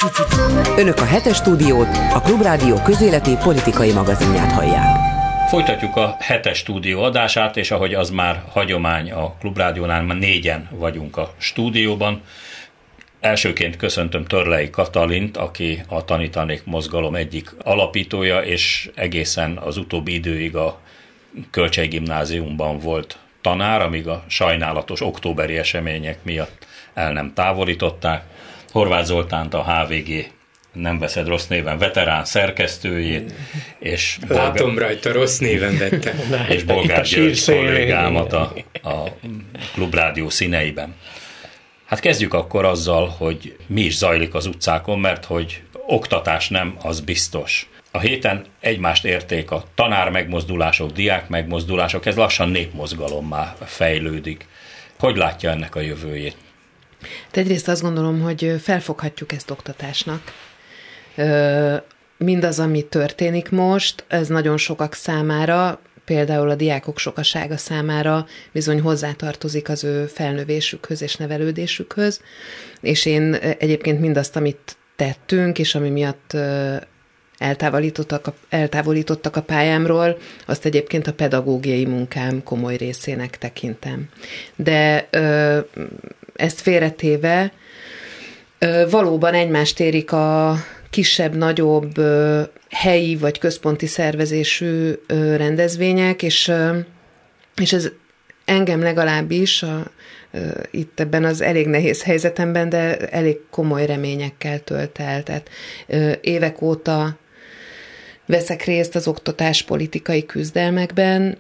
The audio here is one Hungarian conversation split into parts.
Önök a Hetes Stúdiót, a Klubrádió közéleti politikai magazinját hallják. Folytatjuk a Hetes Stúdió adását, és ahogy az már hagyomány a Klubrádiónál, már 4-en vagyunk a stúdióban. Elsőként köszöntöm Törlei Katalint, aki a Tanítanék mozgalom egyik alapítója, és egészen az utóbbi időig a Kölcsey Gimnáziumban volt tanár, amíg a sajnálatos októberi események miatt el nem távolították. Horváth Zoltánt, a HVG, nem veszed rossz néven, veterán szerkesztőjét, és látom rajta, rossz néven vettem. És Bolgár György kollégámat a Klubrádió színeiben. Hát kezdjük akkor azzal, hogy mi is zajlik az utcákon, mert hogy oktatás nem, az biztos. A héten egymást érték a tanár megmozdulások, diák megmozdulások, ez lassan népmozgalommá fejlődik. Hogy látja ennek a jövőjét? Egyrészt azt gondolom, hogy felfoghatjuk ezt oktatásnak. Mindaz, ami történik most, ez nagyon sokak számára, például a diákok sokasága számára bizony hozzátartozik az ő felnövésükhöz és nevelődésükhöz, és én egyébként mindazt, amit tettünk, és ami miatt eltávolítottak a pályámról, azt egyébként a pedagógiai munkám komoly részének tekintem. De ezt félretéve valóban egymást érik a kisebb-nagyobb helyi vagy központi szervezésű rendezvények, és ez engem legalábbis itt ebben az elég nehéz helyzetemben, de elég komoly reményekkel tölt el. Tehát évek óta veszek részt az oktatáspolitikai küzdelmekben,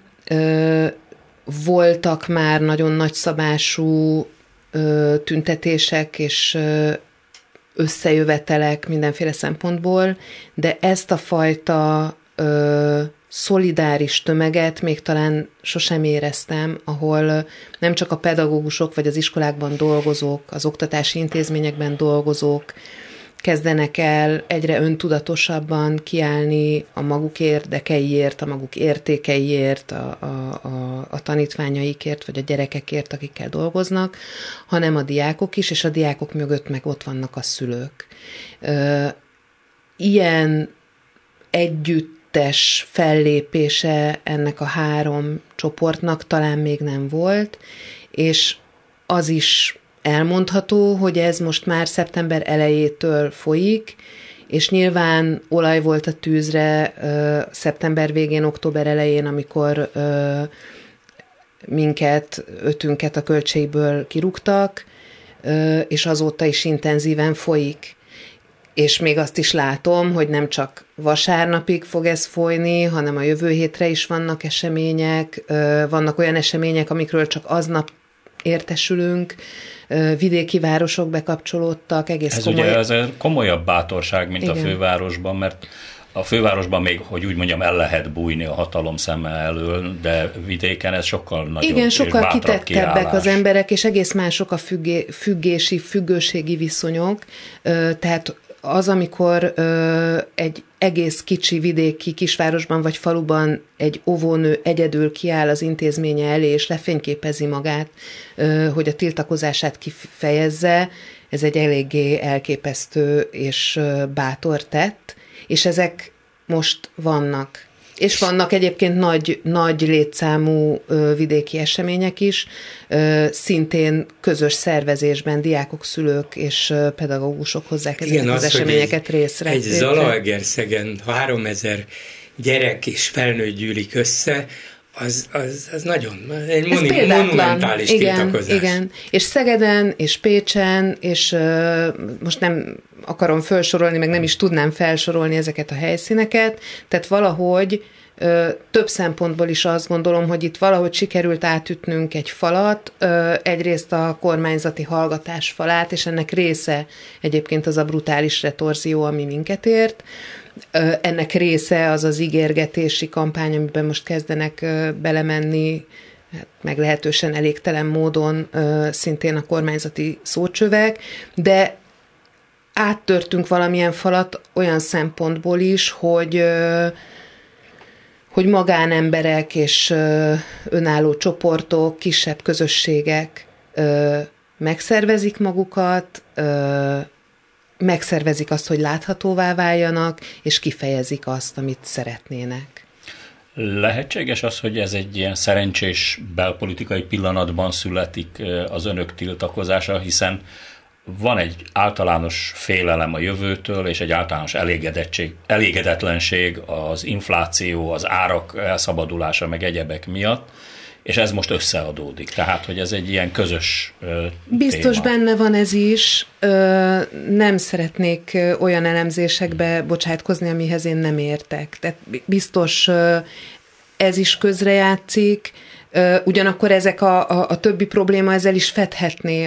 voltak már nagyon nagyszabású tüntetések és összejövetelek mindenféle szempontból, de ezt a fajta szolidáris tömeget még talán sosem éreztem, ahol nem csak a pedagógusok vagy az iskolákban dolgozók, az oktatási intézményekben dolgozók kezdenek el egyre öntudatosabban kiállni a maguk érdekeiért, a maguk értékeiért, a tanítványaikért, vagy a gyerekekért, akikkel dolgoznak, hanem a diákok is, és a diákok mögött meg ott vannak a szülők. Ilyen együttes fellépése ennek a három csoportnak talán még nem volt, és az is elmondható, hogy ez most már szeptember elejétől folyik, és nyilván olaj volt a tűzre szeptember végén, október elején, amikor minket, ötünket a Kölcseyből kirúgtak, és azóta is intenzíven folyik. És még azt is látom, hogy nem csak vasárnapig fog ez folyni, hanem a jövő hétre is vannak események, vannak olyan események, amikről csak aznap értesülünk, vidéki városok bekapcsolódtak, egész komoly... Ez ugye komolyabb bátorság, mint igen. A fővárosban, mert a fővárosban még, hogy úgy mondjam, el lehet bújni a hatalom szeme elől, de vidéken ez sokkal nagyobb. Igen, sokkal kitettebbek az emberek, és egész mások a függőségi viszonyok, tehát az, amikor egy egész kicsi vidéki kisvárosban vagy faluban egy óvónő egyedül kiáll az intézménye elé, és lefényképezi magát, hogy a tiltakozását kifejezze, ez egy eléggé elképesztő és bátor tett, és ezek most vannak. És vannak egyébként nagy létszámú vidéki események is, szintén közös szervezésben diákok, szülők és pedagógusok hozzák ezeket az eseményeket részre. Egy Zalaegerszegen 3000 gyerek és felnőtt gyűlik össze, az nagyon, egy monumentális tiltakozás. Igen, és Szegeden, és Pécsen, és most nem akarom felsorolni, meg nem is tudnám felsorolni ezeket a helyszíneket, tehát valahogy több szempontból is azt gondolom, hogy itt valahogy sikerült átütnünk egy falat, egyrészt a kormányzati hallgatás falát, és ennek része egyébként az a brutális retorzió, ami minket ért. Ennek része az az ígérgetési kampány, amiben most kezdenek belemenni, meglehetősen elégtelen módon szintén a kormányzati szócsövek, de áttörtünk valamilyen falat olyan szempontból is, hogy magánemberek és önálló csoportok, kisebb közösségek megszervezik magukat, megszervezik azt, hogy láthatóvá váljanak, és kifejezik azt, amit szeretnének. Lehetséges az, hogy ez egy ilyen szerencsés belpolitikai pillanatban születik az önök tiltakozása, hiszen van egy általános félelem a jövőtől, és egy általános elégedetlenség az infláció, az árak elszabadulása, meg egyebek miatt, és ez most összeadódik. Tehát, hogy ez egy ilyen közös Biztos téma. benne van ez is. Nem szeretnék olyan elemzésekbe bocsátkozni, amihez én nem értek. Tehát biztos ez is közrejátszik, ugyanakkor ezek a többi probléma ezzel is fedhetné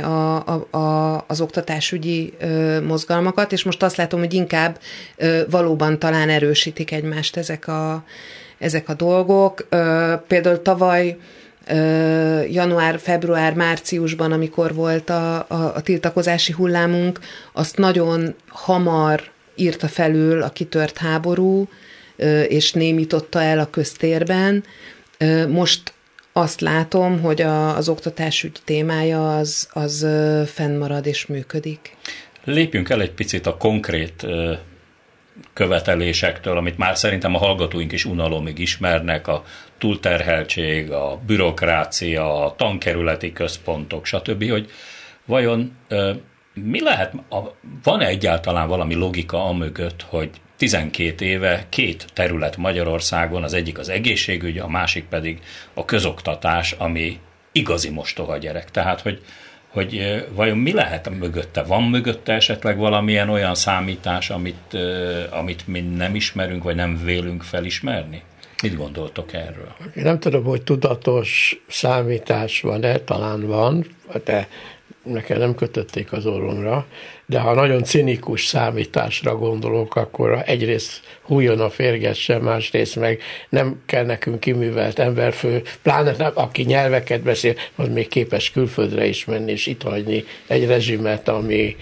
az oktatásügyi mozgalmakat, és most azt látom, hogy inkább valóban talán erősítik egymást ezek a dolgok. Például tavaly január, február, márciusban, amikor volt a tiltakozási hullámunk, azt nagyon hamar írta felül a kitört háború, és némította el a köztérben. Most azt látom, hogy az oktatásügy témája az fennmarad és működik. Lépjünk el egy picit a konkrét követelésektől, amit már szerintem a hallgatóink is unalomig ismernek, a túlterheltség, a bürokrácia, a tankerületi központok, stb., hogy vajon mi lehet, van-e egyáltalán valami logika amögött, hogy 12 éve 2 terület Magyarországon, az egyik az egészségügy, a másik pedig a közoktatás, ami igazi mostoha gyerek. Tehát, hogy vajon mi lehet mögötte? Van mögötte esetleg valamilyen olyan számítás, amit mi nem ismerünk, vagy nem vélünk felismerni? Mit gondoltok erről? Nem tudom, hogy tudatos számítás van-e, talán van, de nekem nem kötötték az orromra, de ha nagyon cinikus számításra gondolok, akkor egyrészt hújjon a férgesse, másrészt meg nem kell nekünk kiművelt emberfő, pláne nem, aki nyelveket beszél, az még képes külföldre is menni, és itt hagyni egy rezsimet, ami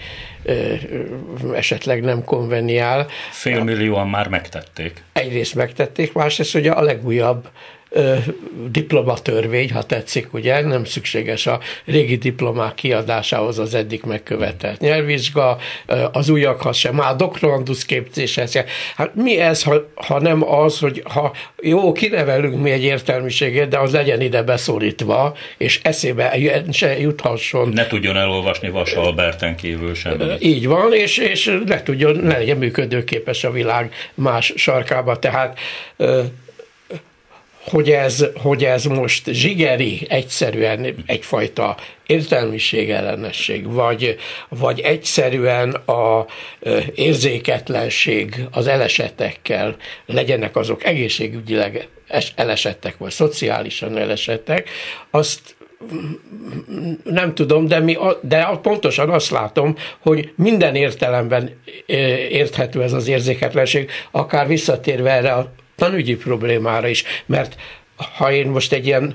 esetleg nem konveniál. 500 000 már megtették. Egyrészt megtették, másrészt ugye a legújabb diplomatörvény, ha tetszik, ugye, nem szükséges a régi diplomák kiadásához az eddig megkövetelt nyelvvizsga, az újakhoz sem, már a doktorandusz képzéshez sem. Hát mi ez, ha nem az, hogy ha jó, kinevelünk mi egy értelmiséget, de az legyen ide beszorítva, és eszébe se juthasson. Ne tudjon elolvasni Vas Alberten kívül semmi. Így van, és ne legyen működőképes a világ más sarkába, tehát hogy ez most zsigeri, egyszerűen egyfajta értelmiségellenesség, vagy egyszerűen a érzéketlenség az elesettekkel, legyenek azok egészségügyileg elesettek, vagy szociálisan elesettek, azt nem tudom, de pontosan azt látom, hogy minden értelemben érthető ez az érzéketlenség, akár visszatérve erre a tanügyi problémára is, mert ha én most egy ilyen,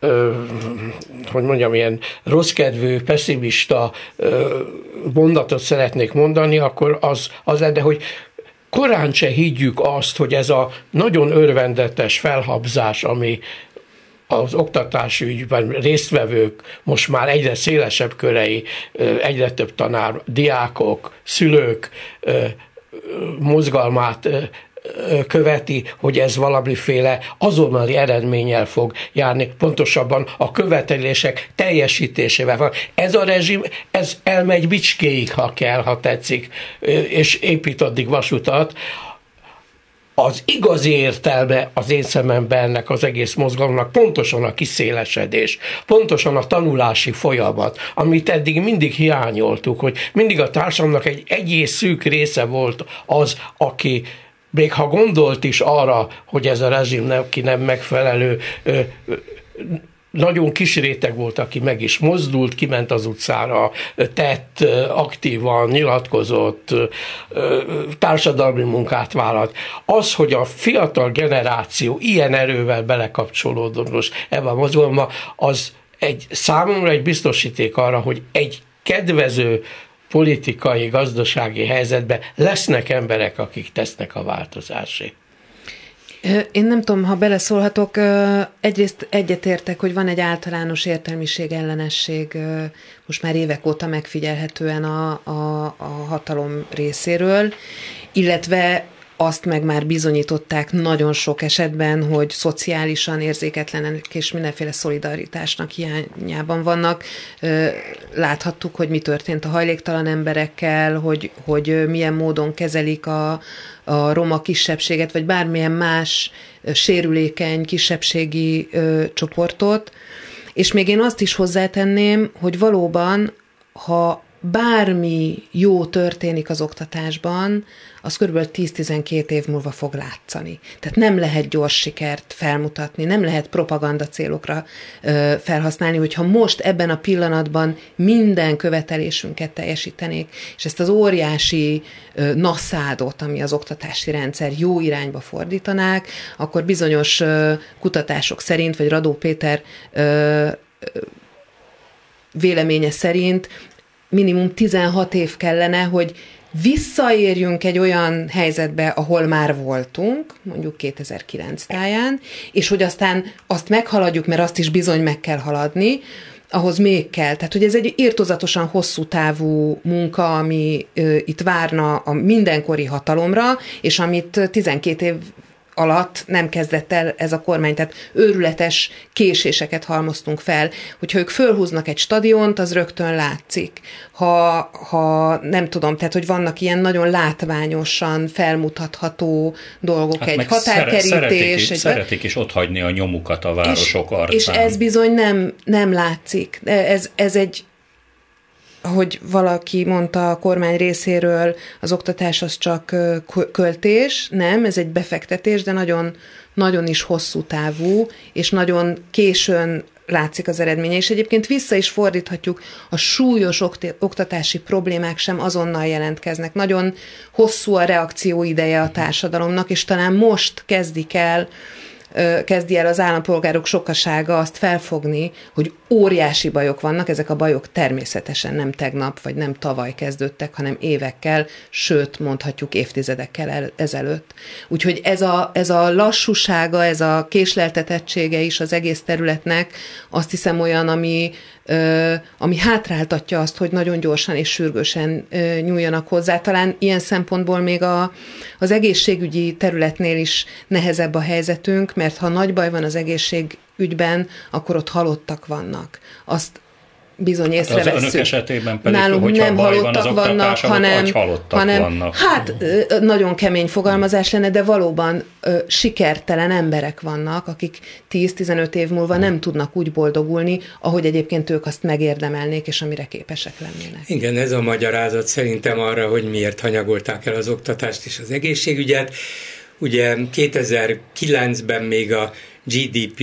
ilyen rosszkedvű, pessimista mondatot szeretnék mondani, akkor az lenne, hogy korán se higgyük azt, hogy ez a nagyon örvendetes felhabzás, ami az oktatásügyben résztvevők, most már egyre szélesebb körei, egyre több tanár, diákok, szülők mozgalmát követi, hogy ez valamiféle azonnali eredménnyel fog járni, pontosabban a követelések teljesítésével van. Ez a rezsim, ez elmegy Bicskéig, ha kell, ha tetszik, és épít addig vasutat. Az igazi értelme az én szememben ennek az egész mozgalomnak pontosan a kiszélesedés, pontosan a tanulási folyamat, amit eddig mindig hiányoltuk, hogy mindig a társadalomnak egy egész szűk része volt az, aki még ha gondolt is arra, hogy ez a rezsim nem megfelelő, nagyon kis réteg volt, aki meg is mozdult, kiment az utcára, tett, aktívan nyilatkozott, társadalmi munkát vállalt. Az, hogy a fiatal generáció ilyen erővel belekapcsolódott most ebben a mozgalomban, az számomra egy biztosíték arra, hogy egy kedvező politikai, gazdasági helyzetben lesznek emberek, akik tesznek a változásért. Én nem tudom, ha beleszólhatok, egyrészt egyetértek, hogy van egy általános értelmiség ellenesség, most már évek óta megfigyelhetően a hatalom részéről, illetve azt meg már bizonyították nagyon sok esetben, hogy szociálisan érzéketlenek és mindenféle szolidaritásnak hiányában vannak. Láthattuk, hogy mi történt a hajléktalan emberekkel, hogy milyen módon kezelik a roma kisebbséget, vagy bármilyen más sérülékeny kisebbségi csoportot. És még én azt is hozzátenném, hogy valóban, ha bármi jó történik az oktatásban, az kb. 10-12 év múlva fog látszani. Tehát nem lehet gyors sikert felmutatni, nem lehet propaganda célokra felhasználni, hogyha most ebben a pillanatban minden követelésünket teljesítenék, és ezt az óriási naszádot, ami az oktatási rendszer, jó irányba fordítanák, akkor bizonyos kutatások szerint, vagy Radó Péter véleménye szerint minimum 16 év kellene, hogy visszaérjünk egy olyan helyzetbe, ahol már voltunk, mondjuk 2009 táján, és hogy aztán azt meghaladjuk, mert azt is bizony meg kell haladni, ahhoz még kell. Tehát, hogy ez egy irtózatosan hosszú távú munka, ami itt várna a mindenkori hatalomra, és amit 12 év alatt nem kezdett el ez a kormány, tehát őrületes késéseket halmoztunk fel. Hogyha ők fölhúznak egy stadiont, az rögtön látszik. Ha nem tudom, tehát hogy vannak ilyen nagyon látványosan felmutatható dolgok, hát egy határkerítés. Szeretik is otthagyni a nyomukat a városok arcán. És ez bizony nem látszik. Ez egy, ahogy valaki mondta a kormány részéről, az oktatás az csak költés, nem, ez egy befektetés, de nagyon, nagyon is hosszú távú, és nagyon későn látszik az eredménye. És egyébként vissza is fordíthatjuk, a súlyos oktatási problémák sem azonnal jelentkeznek. Nagyon hosszú a reakcióideje a társadalomnak, és talán most kezdi el az állampolgárok sokasága azt felfogni, hogy óriási bajok vannak, ezek a bajok természetesen nem tegnap, vagy nem tavaly kezdődtek, hanem évekkel, sőt, mondhatjuk évtizedekkel ezelőtt. Úgyhogy ez a lassúsága, ez a késleltetettsége is az egész területnek azt hiszem olyan, ami hátráltatja azt, hogy nagyon gyorsan és sürgősen nyúljanak hozzá. Talán ilyen szempontból még az egészségügyi területnél is nehezebb a helyzetünk, mert ha nagy baj van az egészségügyben, akkor ott halottak vannak. Azt bizony észrevesszük. Az önök esetében pedig, nálunk hogyha nem baj van az oktatás, hanem halottak vannak. Hát nagyon kemény fogalmazás lenne, de valóban sikertelen emberek vannak, akik 10-15 év múlva nem tudnak úgy boldogulni, ahogy egyébként ők azt megérdemelnék, és amire képesek lennének. Igen, ez a magyarázat szerintem arra, hogy miért hanyagolták el az oktatást és az egészségügyet. Ugye 2009-ben még a GDP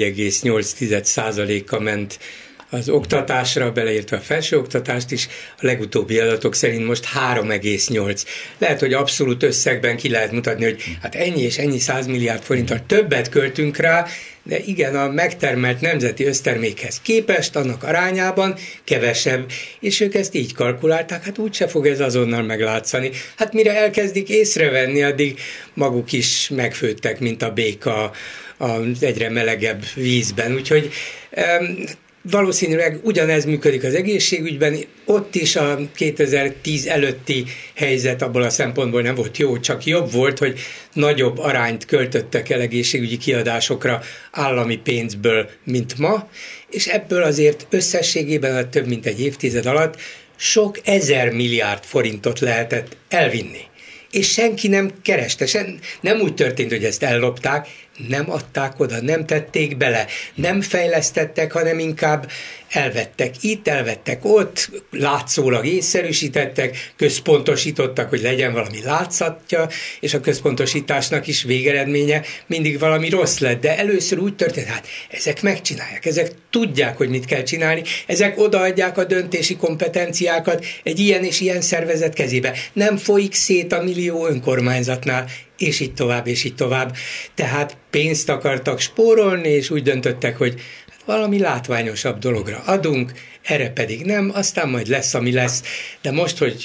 4,8%-a ment az oktatásra, beleértve a felsőoktatást is, a legutóbbi adatok szerint most 3,8. Lehet, hogy abszolút összegben ki lehet mutatni, hogy hát ennyi és ennyi 100 milliárd forinttal többet költünk rá, de igen, a megtermelt nemzeti össztermékhez képest, annak arányában kevesebb, és ők ezt így kalkulálták, hát úgyse fog ez azonnal meglátszani. Hát mire elkezdik észrevenni, addig maguk is megfőttek, mint a béka az egyre melegebb vízben, úgyhogy valószínűleg ugyanez működik az egészségügyben, ott is a 2010 előtti helyzet abból a szempontból nem volt jó, csak jobb volt, hogy nagyobb arányt költöttek el egészségügyi kiadásokra állami pénzből, mint ma, és ebből azért összességében a több mint egy évtized alatt sok 1000 milliárd forintot lehetett elvinni. És senki nem kereste, nem úgy történt, hogy ezt ellopták, nem adták oda, nem tették bele, nem fejlesztettek, hanem inkább elvettek itt, elvettek ott, látszólag észszerűsítettek, központosítottak, hogy legyen valami látszatja, és a központosításnak is végeredménye mindig valami rossz lett, de először úgy történt, hát ezek megcsinálják, ezek tudják, hogy mit kell csinálni, ezek odaadják a döntési kompetenciákat egy ilyen és ilyen szervezet kezébe. Nem folyik szét a millió önkormányzatnál, és így tovább, és így tovább. Tehát pénzt akartak spórolni, és úgy döntöttek, hogy valami látványosabb dologra adunk, erre pedig nem, aztán majd lesz, ami lesz. De most, hogy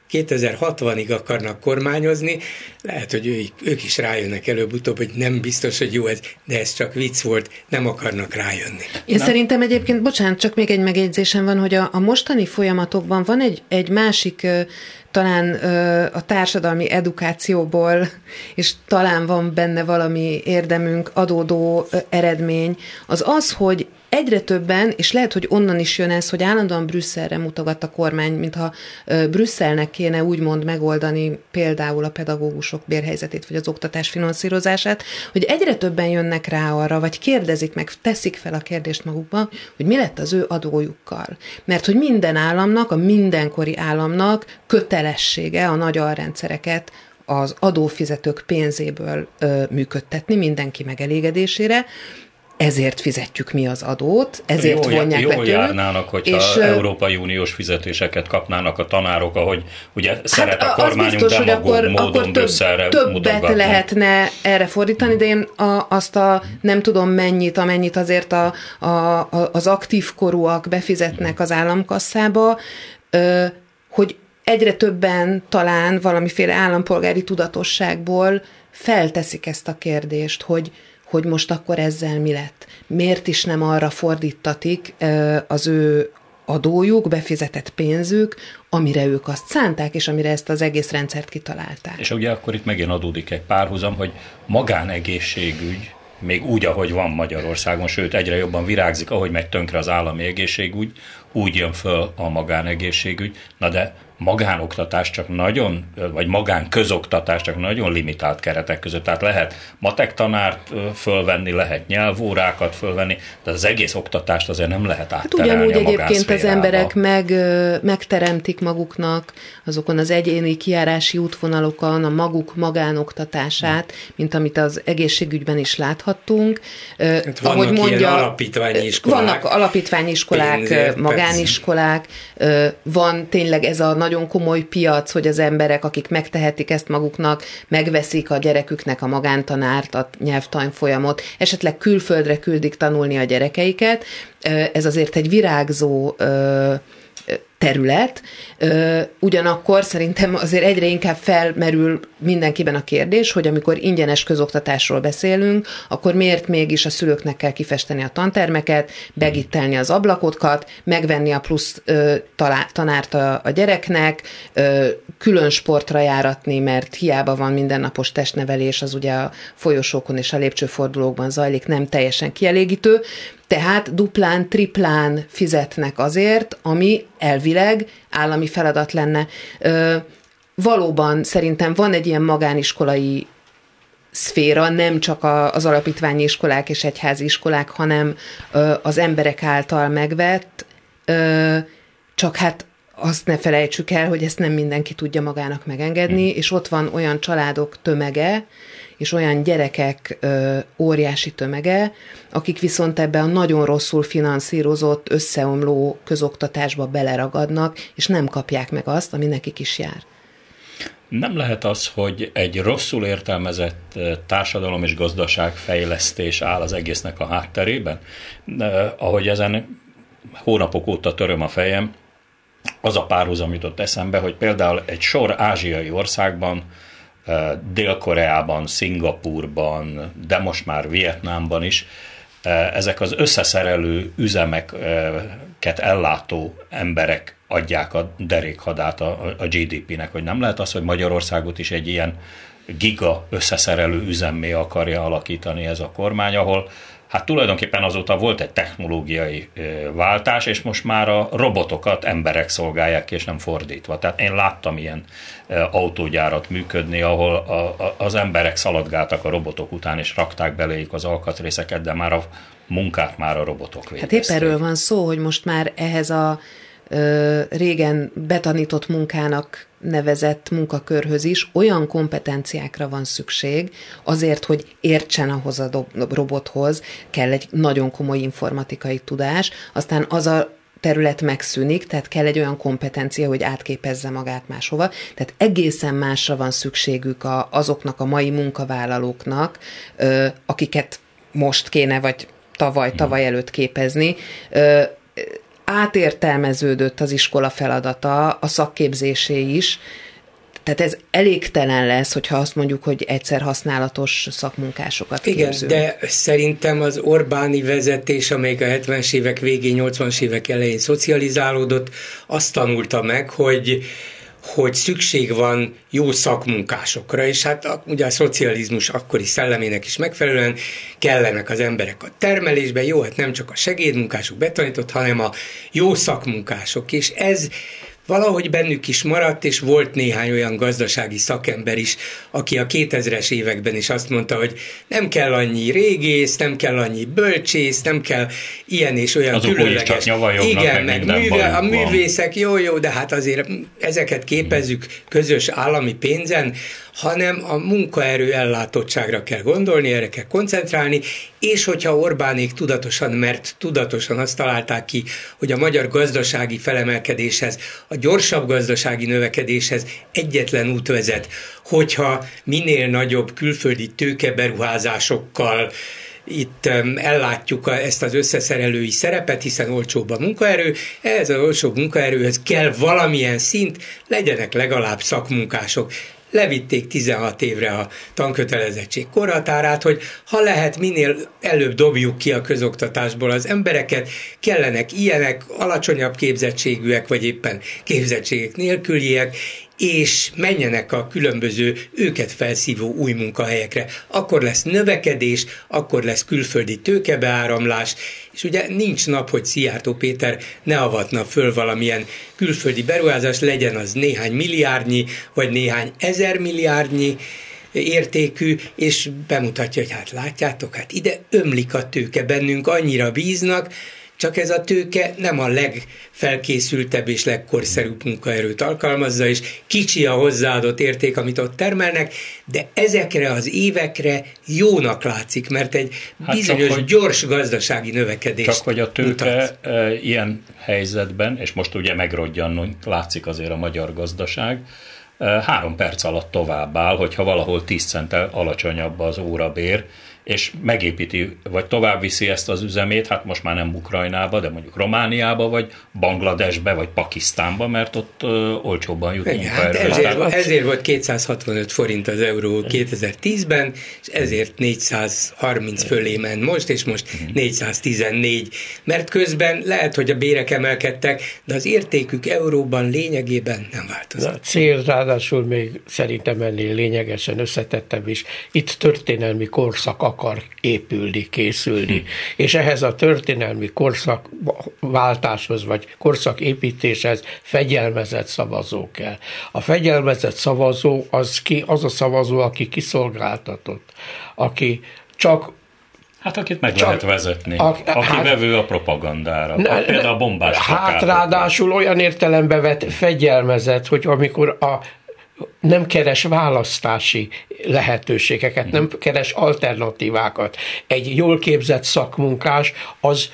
2060-ig akarnak kormányozni, lehet, hogy ők is rájönnek előbb-utóbb, hogy nem biztos, hogy jó ez, de ez csak vicc volt, nem akarnak rájönni. Én szerintem egyébként, bocsánat, csak még egy megjegyzésem van, hogy a mostani folyamatokban van egy másik, talán a társadalmi edukációból, és talán van benne valami érdemünk adódó eredmény, az, hogy egyre többen, és lehet, hogy onnan is jön ez, hogy állandóan Brüsszelre mutogat a kormány, mintha Brüsszelnek kéne úgymond megoldani például a pedagógusok bérhelyzetét, vagy az oktatás finanszírozását, hogy egyre többen jönnek rá arra, vagy kérdezik meg, teszik fel a kérdést magukban, hogy mi lett az ő adójukkal. Mert hogy minden államnak, a mindenkori államnak kötelessége a nagy alrendszereket az adófizetők pénzéből működtetni mindenki megelégedésére, ezért fizetjük mi az adót, ezért vonják be. Jól járnának, hogyha és, Európai Uniós fizetéseket kapnának a tanárok, ahogy ugye szeret a kormányunk biztos, demagóg módon Brüsszelre mutogatni. Többet lehetne erre fordítani, de én azt nem tudom amennyit azért az aktív korúak befizetnek az államkasszába, hogy egyre többen talán valamiféle állampolgári tudatosságból felteszik ezt a kérdést, hogy most akkor ezzel mi lett. Miért is nem arra fordítatik az ő adójuk, befizetett pénzük, amire ők azt szánták, és amire ezt az egész rendszert kitalálták. És ugye akkor itt megint adódik egy párhuzam, hogy magánegészségügy, még úgy, ahogy van Magyarországon, sőt egyre jobban virágzik, ahogy megy tönkre az állami egészségügy, úgy jön föl a magánegészségügy, na de magánoktatás csak nagyon, vagy magánközoktatás csak nagyon limitált keretek között. Tehát lehet matek tanárt fölvenni, lehet nyelvórákat fölvenni, de az egész oktatást azért nem lehet átterelni ugyanúgy a magánszférába. egyébként az emberek megteremtik maguknak azokon az egyéni kijárási útvonalokon a maguk magánoktatását, mint amit az egészségügyben is láthattunk. Vannak ilyen alapítványi iskolák. Vannak alapítványi iskolák, magániskolák, van tényleg ez a nagyon komoly piac, hogy az emberek, akik megtehetik ezt maguknak, megveszik a gyereküknek a magántanárt, a nyelvtanfolyamot, esetleg külföldre küldik tanulni a gyerekeiket. Ez azért egy virágzó terület, ugyanakkor szerintem azért egyre inkább felmerül mindenkiben a kérdés, hogy amikor ingyenes közoktatásról beszélünk, akkor miért mégis a szülőknek kell kifesteni a tantermeket, begittelni az ablakokat, megvenni a plusz tanárt a gyereknek, külön sportra járatni, mert hiába van mindennapos testnevelés, az ugye a folyosókon és a lépcsőfordulókban zajlik, nem teljesen kielégítő, tehát duplán, triplán fizetnek azért, ami elvileg állami feladat lenne. Valóban szerintem van egy ilyen magániskolai szféra, nem csak az alapítványi iskolák és egyházi iskolák, hanem az emberek által megvett, csak hát azt ne felejtsük el, hogy ezt nem mindenki tudja magának megengedni, és ott van olyan családok tömege, és olyan gyerekek óriási tömege, akik viszont ebbe a nagyon rosszul finanszírozott, összeomló közoktatásba beleragadnak, és nem kapják meg azt, ami nekik is jár. Nem lehet az, hogy egy rosszul értelmezett társadalom és gazdaságfejlesztés áll az egésznek a hátterében? Ahogy ezen hónapok óta töröm a fejem, az a párhuzam jutott eszembe, hogy például egy sor ázsiai országban, Dél-Koreában, Szingapúrban, de most már Vietnámban is ezek az összeszerelő üzemeket ellátó emberek adják a derékhadát a GDP-nek, hogy nem lehet az, hogy Magyarországot is egy ilyen giga összeszerelő üzemmé akarja alakítani ez a kormány, ahol hát tulajdonképpen azóta volt egy technológiai váltás, és most már a robotokat emberek szolgálják, és nem fordítva. Tehát én láttam ilyen autógyárat működni, ahol az emberek szaladgáltak a robotok után, és rakták beléjük az alkatrészeket, de már a munkát már a robotok végezték. Hát épp erről van szó, hogy most már ehhez a régen betanított munkának nevezett munkakörhöz is olyan kompetenciákra van szükség, azért, hogy értsen ahhoz a robothoz, kell egy nagyon komoly informatikai tudás, aztán az a terület megszűnik, tehát kell egy olyan kompetencia, hogy átképezze magát máshova. Tehát egészen másra van szükségük azoknak a mai munkavállalóknak, akiket most kéne, vagy tavaly előtt képezni. Átértelmeződött az iskola feladata, a szakképzésé is, Tehát ez elégtelen lesz, hogyha azt mondjuk, hogy egyszer használatos szakmunkásokat képzünk. Igen, de szerintem az Orbáni vezetés, amelyik a 70-es évek végén, 80-as évek elején szocializálódott, azt tanulta meg, hogy szükség van jó szakmunkásokra, és hát ugye a szocializmus akkori szellemének is megfelelően kellenek az emberek a termelésben, jó, hát nem csak a segédmunkások betanított, hanem a jó szakmunkások, és ez valahogy bennük is maradt, és volt néhány olyan gazdasági szakember is, aki a 2000-es években is azt mondta, hogy nem kell annyi régész, nem kell annyi bölcsész, nem kell ilyen és olyan azok különleges. Igen, meg a művészek, jó, de hát azért ezeket képezzük közös állami pénzen, hanem a munkaerő ellátottságra kell gondolni, erre kell koncentrálni, és hogyha Orbánék tudatosan azt találták ki, hogy a magyar gazdasági felemelkedéshez, a gyorsabb gazdasági növekedéshez egyetlen út vezet, hogyha minél nagyobb külföldi tőkeberuházásokkal itt ellátjuk ezt az összeszerelői szerepet, hiszen olcsóbb a munkaerő, ehhez az olcsóbb munkaerőhöz kell valamilyen szint, legyenek legalább szakmunkások. Levitték 16 évre a tankötelezettség korhatárát, hogy ha lehet, minél előbb dobjuk ki a közoktatásból az embereket, kellenek ilyenek, alacsonyabb képzettségűek, vagy éppen képzettségek nélküliek, és menjenek a különböző őket felszívó új munkahelyekre. Akkor lesz növekedés, akkor lesz külföldi tőkebeáramlás, és ugye nincs nap, hogy Szijjártó Péter ne avatna föl valamilyen külföldi beruházás, legyen az néhány milliárdnyi, vagy néhány ezer milliárdnyi értékű, és bemutatja, hogy hát látjátok, hát ide ömlik a tőke, bennünk annyira bíznak, csak ez a tőke nem a legfelkészültebb és legkorszerűbb munkaerőt alkalmazza, és kicsi a hozzáadott érték, amit ott termelnek, de ezekre az évekre jónak látszik, mert egy bizonyos gyors gazdasági növekedést csak hogy a tőke mutat. Ilyen helyzetben, és most ugye megrodjanunk, látszik azért a magyar gazdaság, 3 perc alatt tovább áll, hogyha valahol 10 centtel alacsonyabb az órabér, és megépíti, vagy tovább viszi ezt az üzemét, hát most már nem Ukrajnába, de mondjuk Romániába, vagy Bangladesbe, vagy Pakisztánba, mert ott olcsóbban jut munkaerő. Hát ezért volt 265 forint az euró 2010-ben, és ezért 430 fölé ment most, és most 414. Mert közben lehet, hogy a bérek emelkedtek, de az értékük euróban lényegében nem változott. A cél ráadásul még szerintem ennél lényegesen összetettebb is. Itt történelmi korszak akar épülni, készülni. És ehhez a történelmi korszakváltáshoz, vagy korszaképítéshez fegyelmezett szavazó kell. A fegyelmezett szavazó az a szavazó, aki kiszolgáltatott, aki csak hát akit meg lehet vezetni, aki vevő a propagandára, például a bombás plakátok. Hát ráadásul olyan értelembe vett fegyelmezett, hogy amikor nem keres választási lehetőségeket, nem keres alternatívákat. Egy jól képzett szakmunkás az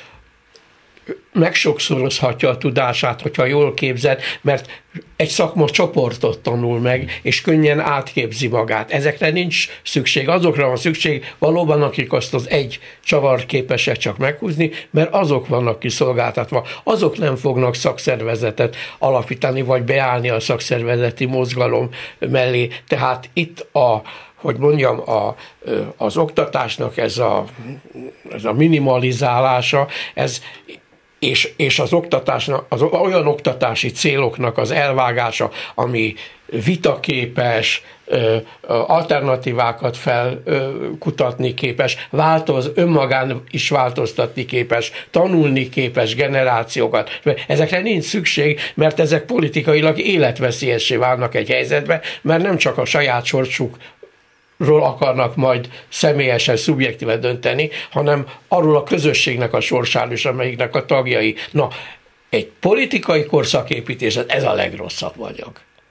megsokszorozhatja a tudását, hogyha jól képzett, mert egy szakma csoportot tanul meg, és könnyen átképzi magát. Ezekre nincs szükség. Azokra van szükség valóban, akik azt az egy csavar képesek csak meghúzni, mert azok vannak kiszolgáltatva. Azok nem fognak szakszervezetet alapítani, vagy beállni a szakszervezeti mozgalom mellé. Tehát itt az oktatásnak ez a minimalizálása, és az oktatásnak, az olyan oktatási céloknak az elvágása, ami vitaképes, alternatívákat felkutatni képes, önmagán is változtatni képes, tanulni képes generációkat. Ezekre nincs szükség, mert ezek politikailag életveszélyessé válnak egy helyzetbe, mert nem csak a saját sorsukról akarnak majd személyesen, szubjektíven dönteni, hanem arról a közösségnek a sorsáról is, amelyiknek a tagjai. Na, egy politikai korszaképítés, ez a legrosszabb anyag.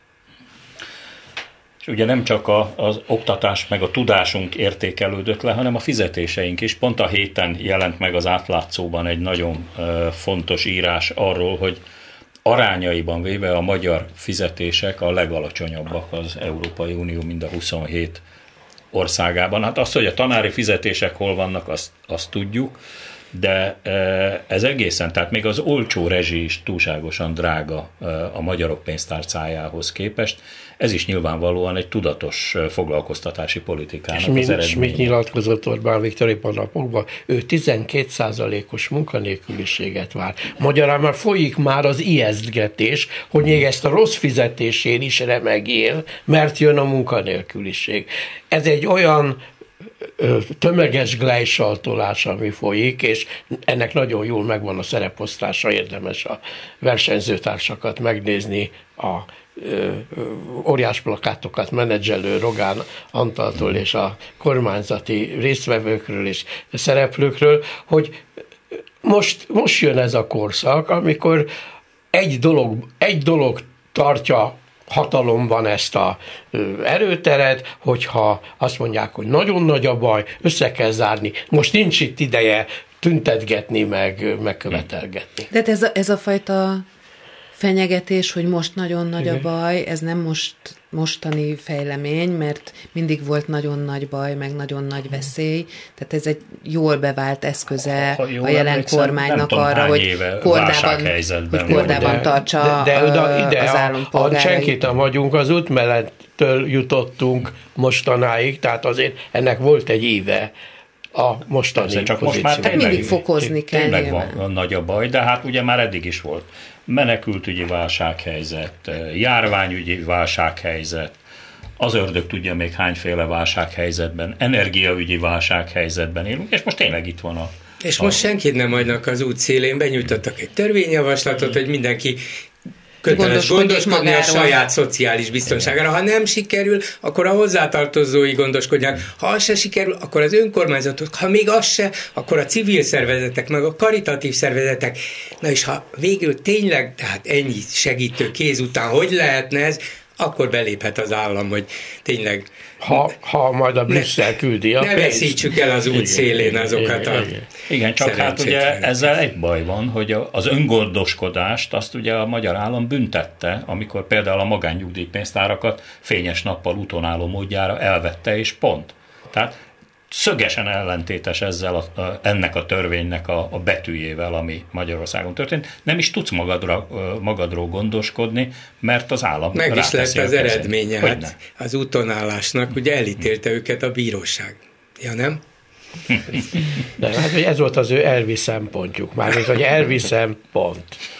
És ugye nem csak az oktatás meg a tudásunk értékelődött le, hanem a fizetéseink is. Pont a héten jelent meg az Átlátszóban egy nagyon fontos írás arról, hogy arányaiban véve a magyar fizetések a legalacsonyabbak az Európai Unió mind a 27 országában. Hát azt, hogy a tanári fizetések hol vannak, azt tudjuk, de ez egészen, tehát még az olcsó rezsi is túlságosan drága a magyarok pénztárcájához képest. Ez is nyilvánvalóan egy tudatos foglalkoztatási politikának az eredménye. És mit nyilatkozott Orbán Viktor épp a napokban? Ő 12%-os munkanélküliséget vár. Magyarán már folyik már az ijesztgetés, hogy még ezt a rossz fizetésén is remegél, mert jön a munkanélküliség. Ez egy olyan tömeges gleisaltolás, ami folyik, és ennek nagyon jól megvan a szereposztása, érdemes a versenyzőtársakat megnézni, a óriás plakátokat menedzselő Rogán Antaltól és a kormányzati résztvevőkről és szereplőkről, hogy most jön ez a korszak, amikor egy dolog tartja hatalomban ezt a erőteret, hogyha azt mondják, hogy nagyon nagy a baj, össze kell zárni. Most nincs itt ideje tüntetgetni, meg követelgetni. De ez a fajta fenyegetés, hogy most nagyon nagy a baj, ez nem mostani fejlemény, mert mindig volt nagyon nagy baj, meg nagyon nagy veszély, tehát ez egy jól bevált eszköze a jelen kormánynak arra, hogy kordában tartsa az állampolgárait. Senkit nem vagyunk, az útmelettől jutottunk mostanáig, tehát azért ennek volt egy éve a mostani csak most már mindig fokozni kell. Tényleg van nagy a baj, de hát ugye már eddig is volt. Menekültügyi válsághelyzet, járványügyi válsághelyzet, az ördög tudja még hányféle válsághelyzetben, energiaügyi válsághelyzetben élünk, és most tényleg itt van És most senkit nem hagynak az út szélén, benyújtottak egy törvényjavaslatot, hogy mindenki köteles gondoskodni a saját szociális biztonságára. Ha nem sikerül, akkor a hozzátartozói gondoskodják. Ha az se sikerül, akkor az önkormányzatok. Ha még az se, akkor a civil szervezetek, meg a karitatív szervezetek. Na és ha végül tényleg, tehát ennyi segítő kéz után, hogy lehetne ez, akkor beléphet az állam, hogy tényleg... Ha majd a Brüsszel küldi a pénzt. Ne veszítsük el az út szélén azokat Igen, csak hát ugye ezzel egy baj van, hogy az öngondoskodást azt ugye a magyar állam büntette, amikor például a magánnyugdíjpénztárakat fényes nappal utonálló módjára elvette, és pont. Tehát szögesen ellentétes ezzel ennek a törvénynek a betűjével, ami Magyarországon történt. Nem is tudsz magadról gondoskodni, mert az állam meg is lett az eredménye. Hát az útonállásnak ugye elítélte őket a bíróság. Ja, nem? De hát ez volt az ő elvi szempontjuk. Mármint, hogy elvi szempont.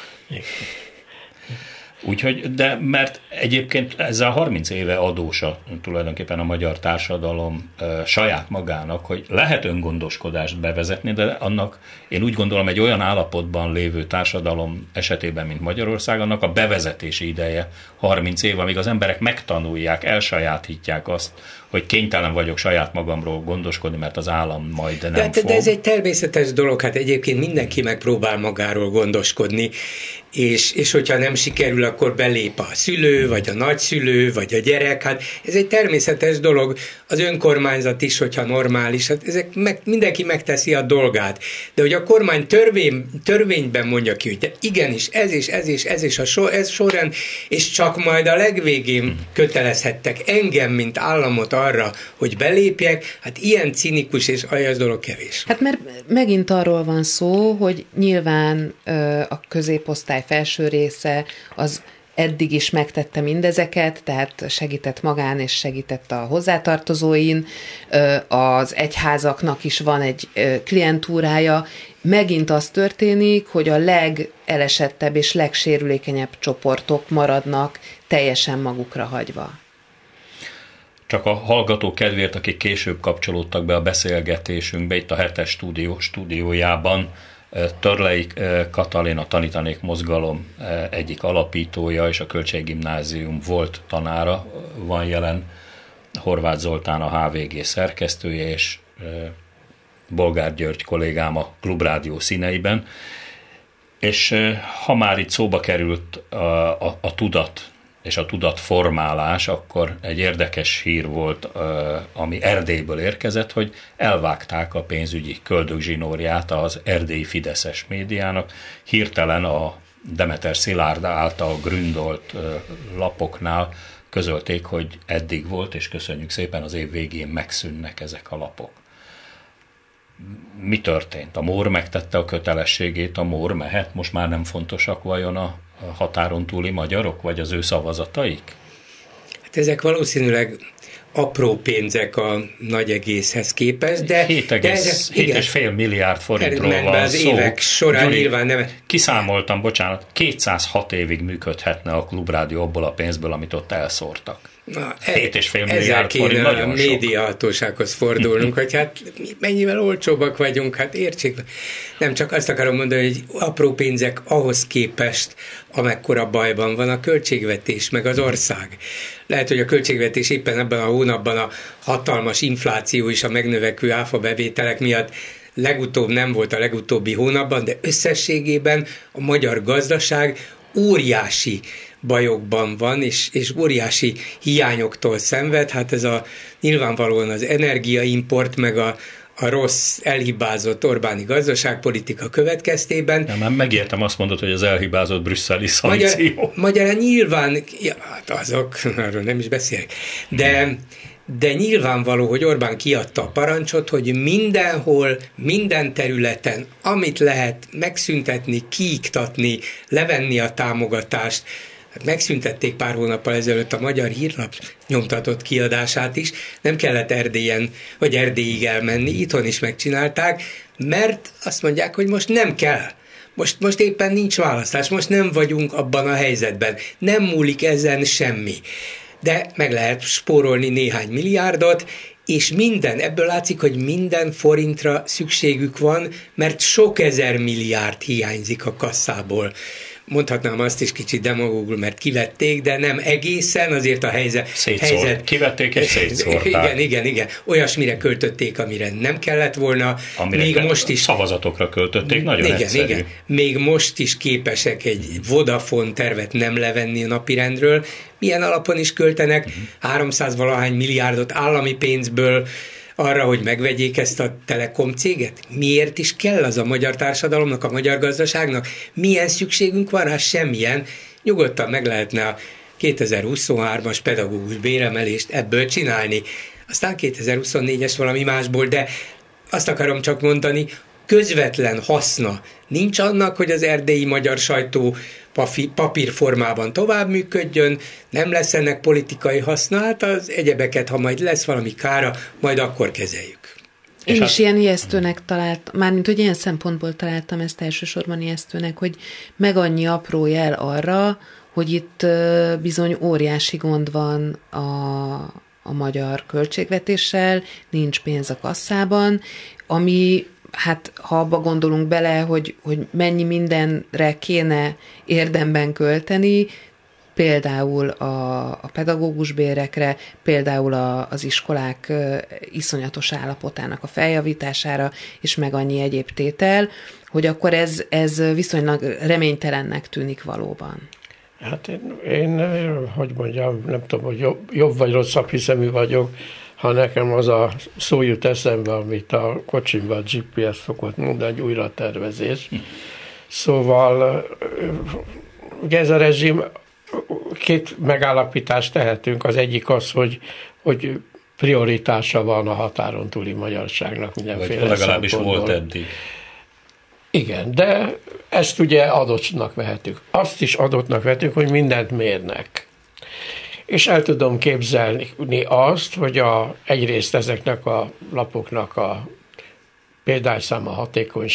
Úgyhogy, de mert egyébként ezzel 30 éve adósa tulajdonképpen a magyar társadalom saját magának, hogy lehet öngondoskodást bevezetni, de annak én úgy gondolom egy olyan állapotban lévő társadalom esetében, mint Magyarország, annak a bevezetési ideje 30 év, amíg az emberek megtanulják, elsajátítják azt, hogy kénytelen vagyok saját magamról gondoskodni, mert az állam majd nem fog. De ez egy természetes dolog, hát egyébként mindenki megpróbál magáról gondoskodni, és hogyha nem sikerül, akkor belép a szülő, vagy a nagyszülő, vagy a gyerek, hát ez egy természetes dolog, az önkormányzat is, hogyha normális, hát mindenki megteszi a dolgát, de hogy a kormány törvényben mondja ki, hogy de igenis, ez és ez sorrend, és csak majd a legvégén kötelezhettek engem, mint államot arra, hogy belépjek, hát ilyen cinikus és aljas dolog kevés. Hát mert megint arról van szó, hogy nyilván a középosztály felső része az eddig is megtette mindezeket, tehát segített magán és segített a hozzátartozóin, az egyházaknak is van egy klientúrája. Megint az történik, hogy a legelesettebb és legsérülékenyebb csoportok maradnak teljesen magukra hagyva. Csak a hallgatók kedvéért, akik később kapcsolódtak be a beszélgetésünkbe, itt a 7-es stúdiójában, Törlei Katalin, a Tanítanék Mozgalom egyik alapítója, és a Költséggimnázium volt tanára van jelen, Horváth Zoltán a HVG szerkesztője, és Bolgár György kollégám a Klubrádió színeiben. És ha már itt szóba került a tudat és a tudatformálás, akkor egy érdekes hír volt, ami Erdélyből érkezett, hogy elvágták a pénzügyi köldögzsinórját az erdélyi fideszes médiának. Hirtelen a Demeter Szilárd által gründolt lapoknál közölték, hogy eddig volt, és köszönjük szépen, az év végén megszűnnek ezek a lapok. Mi történt? A MOR megtette a kötelességét, a MOR mehet? Most már nem fontosak vajon a határon túli magyarok, vagy az ő szavazataik? Hát ezek valószínűleg apró pénzek a nagy egészhez képest, de 7,5 milliárd forintról van szó. Évek során Gyuri, nyilván nem. Kiszámoltam, bocsánat, 206 évig működhetne a Klubrádió abból a pénzből, amit ott elszórtak. 7,5 milliárd forint nagyon a médiahatósághoz fordulnunk, hogy hát mennyivel olcsóbbak vagyunk, hát értsék. Nem csak azt akarom mondani, hogy apró pénzek ahhoz képest, amekkora bajban van a költségvetés, meg az ország. Lehet, hogy a költségvetés éppen ebben a hónapban a hatalmas infláció és a megnövekvő áfa bevételek miatt legutóbb nem volt a legutóbbi hónapban, de összességében a magyar gazdaság óriási bajokban van, és óriási hiányoktól szenved. Hát ez nyilvánvalóan az energiaimport, meg a rossz, elhibázott Orbáni gazdaságpolitika következtében. Nem, már megértem, azt mondod, hogy az elhibázott brüsszeli szankció. Magyarán nyilván, hát azok, arról nem is beszélek, de nyilvánvaló, hogy Orbán kiadta a parancsot, hogy mindenhol, minden területen, amit lehet megszüntetni, kiiktatni, levenni a támogatást. Megszüntették pár hónappal ezelőtt a Magyar Hírlap nyomtatott kiadását is, nem kellett Erdélyen vagy Erdélyig elmenni, itthon is megcsinálták, mert azt mondják, hogy most nem kell. Most éppen nincs választás, most nem vagyunk abban a helyzetben. Nem múlik ezen semmi. De meg lehet spórolni néhány milliárdot, és ebből látszik, hogy minden forintra szükségük van, mert sok ezer milliárd hiányzik a kasszából. Mondhatnám azt is kicsit demagógul, mert kivették, de nem egészen, azért a helyzet... Kivették és szétszórták. Igen. Olyasmire költötték, amire nem kellett volna. Még most is szavazatokra költötték, nagyon egyszerű. Igen. Még most is képesek egy Vodafone tervet nem levenni a napirendről. Milyen alapon is költenek 300-valahány milliárdot állami pénzből arra, hogy megvegyék ezt a Telekom céget? Miért is kell az a magyar társadalomnak, a magyar gazdaságnak? Milyen szükségünk van rá? Semmilyen. Nyugodtan meg lehetne a 2023-as pedagógus béremelést ebből csinálni. Aztán 2024-es valami másból, de azt akarom csak mondani, közvetlen haszna nincs annak, hogy az erdélyi magyar sajtó papírformában tovább működjön, nem lesz ennek politikai haszna, hát az egyebeket, ha majd lesz valami kára, majd akkor kezeljük. Én is ilyen ijesztőnek találtam, mármint, hogy ilyen szempontból találtam ezt elsősorban ijesztőnek, hogy meg annyi apró jel arra, hogy itt bizony óriási gond van a magyar költségvetéssel, nincs pénz a kasszában, ami hát ha abba gondolunk bele, hogy mennyi mindenre kéne érdemben költeni, például a pedagógus bérekre, például az iskolák iszonyatos állapotának a feljavítására, és meg annyi egyéb tétel, hogy akkor ez viszonylag reménytelennek tűnik valóban. Hát én hogy mondjam, nem tudom, hogy jobb vagy rosszabb hiszemű vagyok, ha nekem az a szó jut eszembe, amit a kocsimban a GPS szokott mondani, egy újratervezés. Szóval ez a rezsim, két megállapítást tehetünk. Az egyik az, hogy prioritása van a határon túli magyarságnak mindenféle vagy legalábbis volt eddig. Igen, de ezt ugye adottnak vehetünk. Azt is adottnak vehetünk, hogy mindent mérnek. És el tudom képzelni azt, hogy egyrészt ezeknek a lapoknak a példányszáma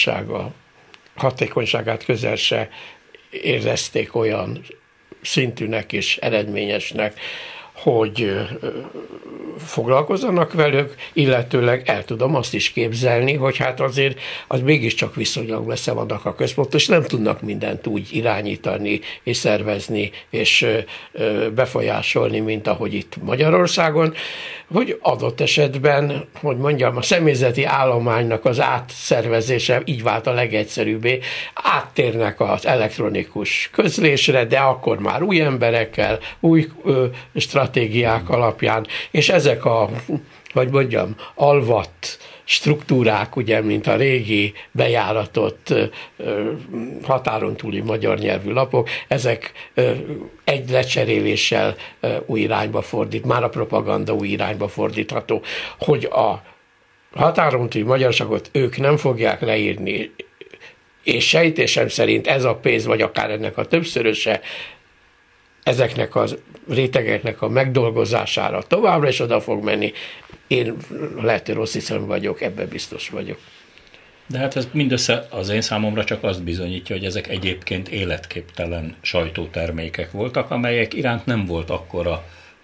hatékonyságát közel se érezték olyan szintűnek és eredményesnek, hogy foglalkozzanak velük, illetőleg el tudom azt is képzelni, hogy hát azért az mégiscsak viszonylag messze vannak a központtól, és nem tudnak mindent úgy irányítani és szervezni és befolyásolni, mint ahogy itt Magyarországon, hogy adott esetben, hogy mondjam, a személyzeti állománynak az átszervezése így vált a legegyszerűbbé, áttérnek az elektronikus közlésre, de akkor már új emberekkel, új stratégiák alapján, és ezek hogy mondjam, alvatt struktúrák, ugye, mint a régi bejáratott határon túli magyar nyelvű lapok, ezek egy lecseréléssel új irányba fordít, már a propaganda új irányba fordítható, hogy határon túli magyarságot ők nem fogják leírni, és sejtésem szerint ez a pénz, vagy akár ennek a többszöröse ezeknek a rétegeknek a megdolgozására továbbra is oda fog menni. Én lehet, hogy rossz hiszem vagyok, ebben biztos vagyok. De hát ez mindössze az én számomra csak azt bizonyítja, hogy ezek egyébként életképtelen sajtótermékek voltak, amelyek iránt nem volt akkora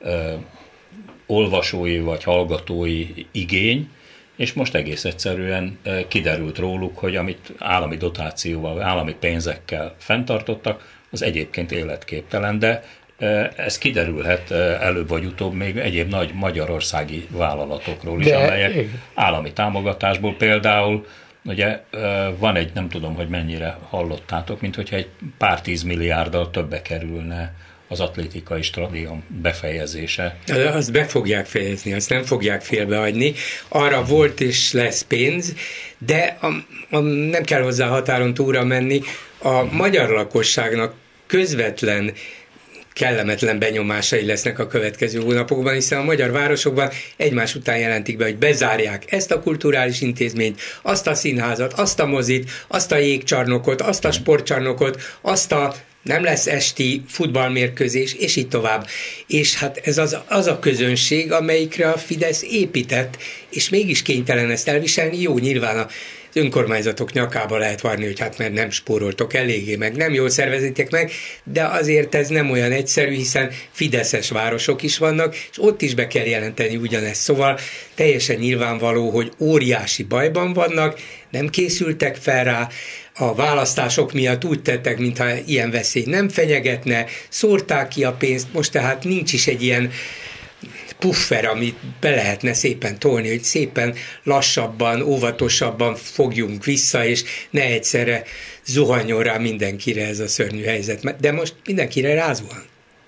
olvasói vagy hallgatói igény, és most egész egyszerűen kiderült róluk, hogy amit állami dotációval, állami pénzekkel fenntartottak, az egyébként életképtelen, de ez kiderülhet előbb vagy utóbb még egyéb nagy magyarországi vállalatokról is, amelyek állami támogatásból például, ugye van egy, nem tudom, hogy mennyire hallottátok, mint hogyha egy pár 10 milliárddal többe kerülne az atlétikai stadion befejezése. Azt be fogják fejezni, azt nem fogják félbehagyni. Arra volt és lesz pénz, de nem kell hozzá határon túlra menni. A magyar lakosságnak közvetlen kellemetlen benyomásai lesznek a következő hónapokban, hiszen a magyar városokban egymás után jelentik be, hogy bezárják ezt a kulturális intézményt, azt a színházat, azt a mozit, azt a jégcsarnokot, azt a sportcsarnokot, azt a nem lesz esti futballmérkőzés, és így tovább. És hát ez az a közönség, amelyikre a Fidesz épített, és mégis kénytelen ezt elviselni. Jó, nyilván az önkormányzatok nyakába lehet varni, hogy hát mert nem spóroltok eléggé, meg nem jól szervezitek meg, de azért ez nem olyan egyszerű, hiszen fideszes városok is vannak, és ott is be kell jelenteni ugyanezt. Szóval teljesen nyilvánvaló, hogy óriási bajban vannak, nem készültek fel rá, a választások miatt úgy tettek, mintha ilyen veszély nem fenyegetne, szórták ki a pénzt, most tehát nincs is egy ilyen puffer, amit be lehetne szépen tolni, hogy szépen lassabban, óvatosabban fogjunk vissza, és ne egyszerre zuhanjon rá mindenkire ez a szörnyű helyzet. De most mindenkire rázuhan.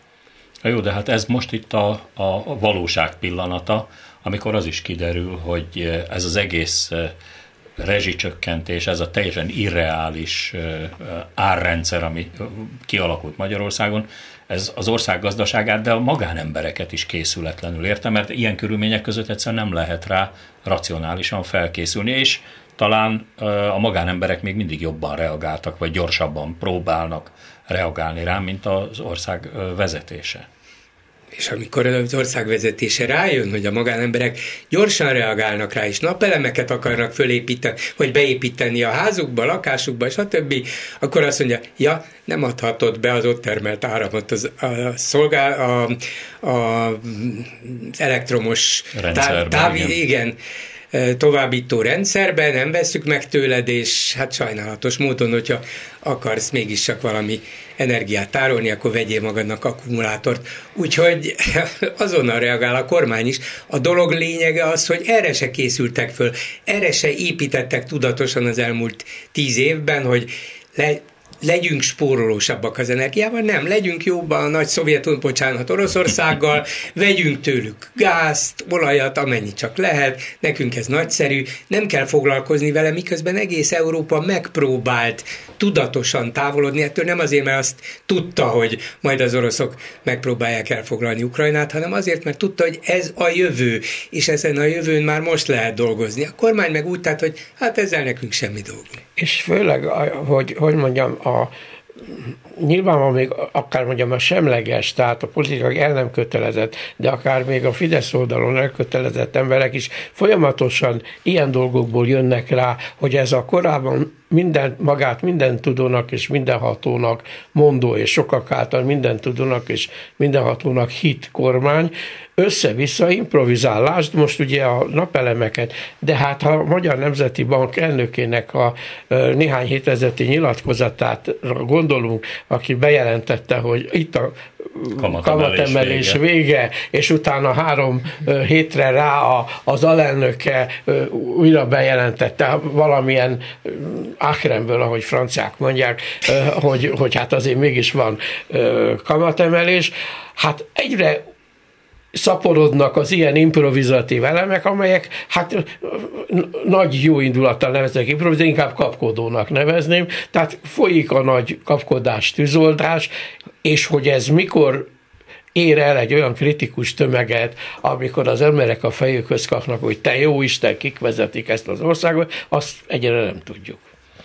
Jó, de hát ez most itt a valóság pillanata, amikor az is kiderül, hogy ez az egész rezsicsökkentés, ez a teljesen irreális árrendszer, ami kialakult Magyarországon, ez az ország gazdaságát, de a magánembereket is készületlenül érte, mert ilyen körülmények között egyszerűen nem lehet rá racionálisan felkészülni, és talán a magánemberek még mindig jobban reagáltak, vagy gyorsabban próbálnak reagálni rá, mint az ország vezetése. És amikor az ország vezetése rájön, hogy a magánemberek gyorsan reagálnak rá, és napelemeket akarnak fölépíteni, vagy beépíteni a házukba, a lakásukba, stb., akkor azt mondja, ja, nem adhatod be az ott termelt áramot az elektromos igen, továbbító rendszerben, nem vesszük meg tőled, és hát sajnálatos módon, hogyha akarsz mégis csak valami energiát tárolni, akkor vegyél magadnak akkumulátort. Úgyhogy azonnal reagál a kormány is. A dolog lényege az, hogy erre se készültek föl, erre se építettek tudatosan az elmúlt 10 évben, hogy legyünk spórolósabbak az energiával, nem, legyünk jóban a nagy Szovjetunió, bocsánat, Oroszországgal, vegyünk tőlük gázt, olajat, amennyit csak lehet, nekünk ez nagyszerű, nem kell foglalkozni vele, miközben egész Európa megpróbált tudatosan távolodni, ettől nem azért, mert azt tudta, hogy majd az oroszok megpróbálják elfoglalni Ukrajnát, hanem azért, mert tudta, hogy ez a jövő, és ezen a jövőn már most lehet dolgozni. A kormány meg úgy tett, hogy hát ezzel nekünk semmi dolgunk. És főleg, hogy mondjam, nyilvánvalóan még akár mondjam a semleges, tehát a politikai el nem kötelezett, de akár még a Fidesz oldalon elkötelezett emberek is folyamatosan ilyen dolgokból jönnek rá, hogy ez a korábban minden tudónak és mindenhatónak mondó, és sokak által minden tudónak és mindenhatónak hit kormány, össze-vissza improvizálás, most ugye a napelemeket, de hát ha a Magyar Nemzeti Bank elnökének a néhány hét ezelőtti nyilatkozatát gondolunk, aki bejelentette, hogy itt a kamatemelés vége, és utána 3 hétre rá az alelnöke újra bejelentette valamilyen Aachenből, ahogy franciák mondják, hogy hát azért mégis van kamatemelés. Hát egyre szaporodnak az ilyen improvizatív elemek, amelyek hát nagy jó indulattal neveznek improvizatív, inkább kapkodónak nevezném, tehát folyik a nagy kapkodás, tűzoldás, és hogy ez mikor ér el egy olyan kritikus tömeget, amikor az emberek a fejükhöz kapnak, hogy te jó Isten, kik vezetik ezt az országot, azt egyre nem tudjuk.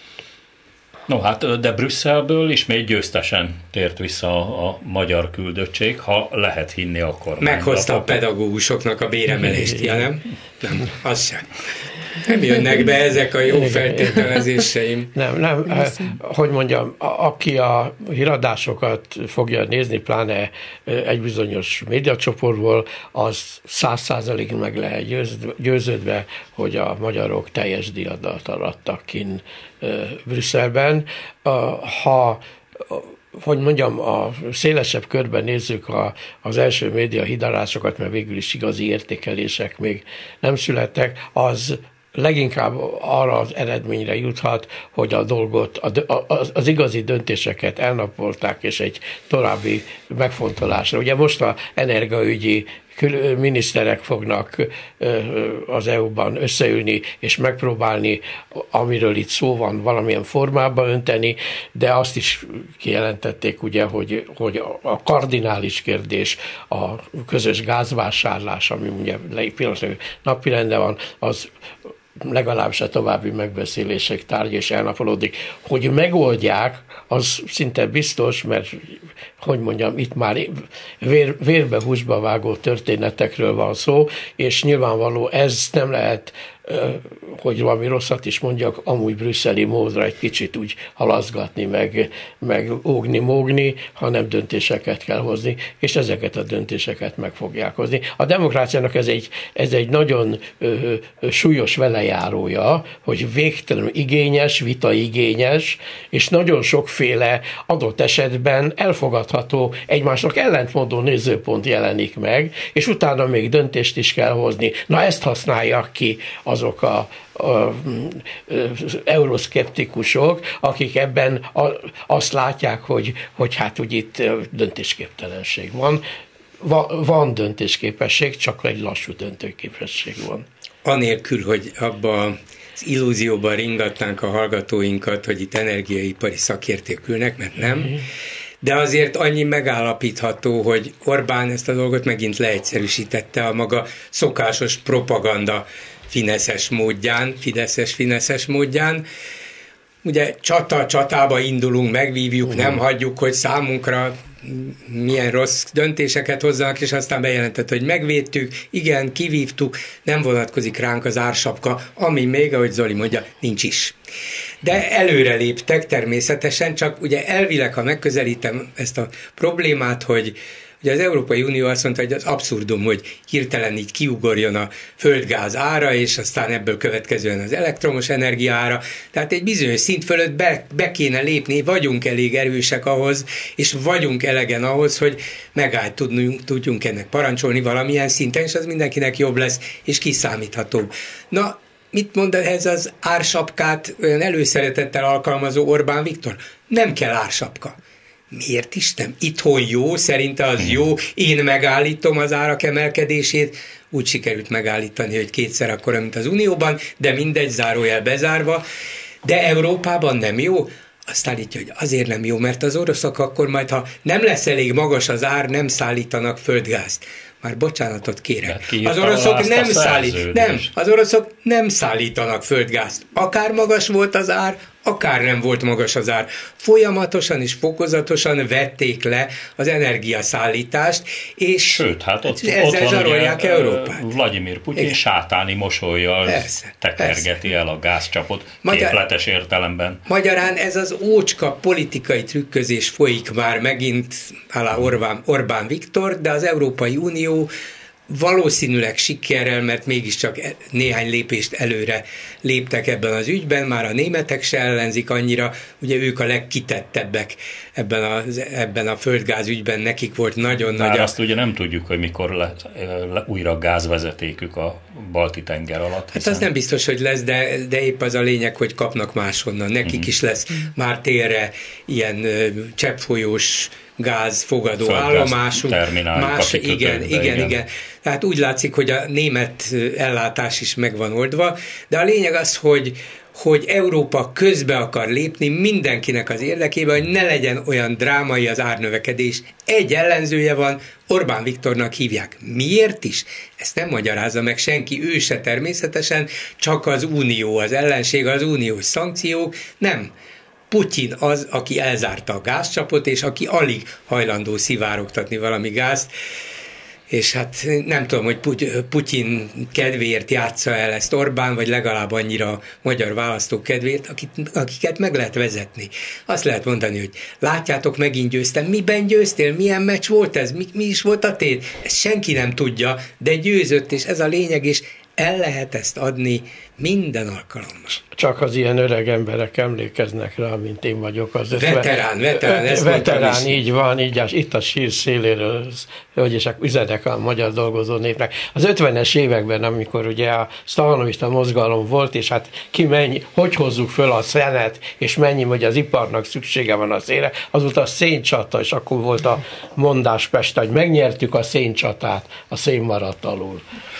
No hát, de Brüsszelből ismét győztesen tért vissza a magyar küldöttség, ha lehet hinni a kormánynak. Meghozta a pedagógusoknak a béremelést, ja nem? Nem, az sem. Nem jönnek be ezek a jó feltételezéseim. Nem, hogy mondjam, aki a híradásokat fogja nézni, pláne egy bizonyos médiacsoportból, az 100%-ig meg lehet győződve, hogy a magyarok teljes diadalt arattak kinn Brüsszelben. Ha hogy mondjam, a szélesebb körben nézzük az első média híradásokat, mert végül is igazi értékelések még nem születtek, az leginkább arra az eredményre juthat, hogy a dolgot, az igazi döntéseket elnapolták, és egy további megfontolásra. Ugye most az energiaügyi miniszterek fognak az EU-ban összeülni, és megpróbálni, amiről itt szó van, valamilyen formába önteni, de azt is kijelentették, ugye, hogy a kardinális kérdés, a közös gázvásárlás, ami ugye pillanatnyilag napirenden van, az legalábbis a további megbeszélések tárgya és elnapolódik. Hogy megoldják, az szinte biztos, mert hogy mondjam, itt már vérbe húsba vágó történetekről van szó, és nyilvánvaló ez nem lehet, hogy valami rosszat is mondjak, amúgy brüsszeli módra egy kicsit úgy halaszgatni, meg ógni-mógni, hanem döntéseket kell hozni, és ezeket a döntéseket meg fogják hozni. A demokráciának ez egy nagyon súlyos velejárója, hogy végtelenül igényes, vitaigényes, és nagyon sokféle adott esetben elfogadható, egymásnak ellentmondó nézőpont jelenik meg, és utána még döntést is kell hozni. Na ezt használják ki azok az euroszkeptikusok, akik ebben azt látják, hogy hát úgy itt döntésképtelenség van. Van döntésképesség, csak egy lassú döntőképesség van. Anélkül, hogy abba az illúzióban ringatnánk a hallgatóinkat, hogy itt energiaipari szakértők ülnek, mert nem. De azért annyi megállapítható, hogy Orbán ezt a dolgot megint leegyszerűsítette a maga szokásos propaganda fideszes módján. Ugye csatába indulunk, megvívjuk, nem hagyjuk, hogy számunkra milyen rossz döntéseket hozzanak, és aztán bejelentett, hogy megvédtük, igen, kivívtuk, nem vonatkozik ránk az ársapka, ami még, ahogy Zoli mondja, nincs is. De előre léptek természetesen, csak ugye elvileg, ha megközelítem ezt a problémát, hogy ugye az Európai Unió azt mondta, hogy az abszurdum, hogy hirtelen így kiugorjon a földgáz ára, és aztán ebből következően az elektromos energia ára. Tehát egy bizonyos szint fölött be kéne lépni, vagyunk elég erősek ahhoz, és vagyunk elegen ahhoz, hogy megállt tudjunk ennek parancsolni valamilyen szinten, és az mindenkinek jobb lesz, és kiszámíthatóbb. Na, mit mond ehhez az ársapkát olyan előszeretettel alkalmazó Orbán Viktor? Nem kell ársapka. Miért is nem? Itthon jó, szerinte az jó, én megállítom az árak emelkedését, úgy sikerült megállítani, hogy kétszer akkora, mint az Unióban, de mindegy, zárójel bezárva, de Európában nem jó. Azt állítja, hogy azért nem jó, mert az oroszok akkor majd, ha nem lesz elég magas az ár, nem szállítanak földgázt. Már bocsánatot kérek. Az oroszok nem szállítanak földgázt. Akár magas volt az ár, akár nem volt magas az ár. Folyamatosan és fokozatosan vették le az energiaszállítást, és sőt, hát ezzel zsarolják Európát. Vladimir Putyin sátáni mosollyal tekergeti el a gázcsapot képletes értelemben. Magyarán ez az ócska politikai trükközés folyik már megint alá Orbán Viktor, de az Európai Unió valószínűleg sikerrel, mert mégiscsak néhány lépést előre léptek ebben az ügyben, már a németek se ellenzik annyira, ugye ők a legkitettebbek ebben a földgáz ügyben, nekik volt nagyon nagy... Azt ugye nem tudjuk, hogy mikor lesz újra gázvezetékük a Balti-tenger alatt. Hát az nem biztos, hogy lesz, de épp az a lényeg, hogy kapnak máshonnan. Nekik is lesz már télre ilyen cseppfolyós gázfogadó állomásuk. Igen. Tehát úgy látszik, hogy a német ellátás is meg van oldva, de a lényeg az, hogy Európa közbe akar lépni mindenkinek az érdekében, hogy ne legyen olyan drámai az árnövekedés. Egy ellenzője van, Orbán Viktornak hívják. Miért is? Ezt nem magyarázza meg senki, ő se természetesen, csak az unió az ellenség, az uniós szankciók. Nem. Putyin az, aki elzárta a gázcsapot, és aki alig hajlandó szivárogtatni valami gázt, és hát nem tudom, hogy Putyin kedvéért játsza el ezt Orbán, vagy legalább annyira magyar választók kedvéért, akiket meg lehet vezetni. Azt lehet mondani, hogy látjátok, megint győztem. Miben győztél? Milyen meccs volt ez? Mi is volt a tét? Ezt senki nem tudja, de győzött, és ez a lényeg, és el lehet ezt adni minden alkalommal. Csak az ilyen öreg emberek emlékeznek rá, mint én vagyok. Az veterán, így van, itt a sír széléről, hogy és üzenek a magyar dolgozó népnek. Az 50-es években, amikor ugye a sztalinista mozgalom volt, és hát hogy hozzuk föl a szenet, és mennyi, hogy az iparnak szüksége van a szénre, az volt a széncsata, és akkor volt a mondás Pest, hogy megnyertük a széncsatát, a szén maradt alul.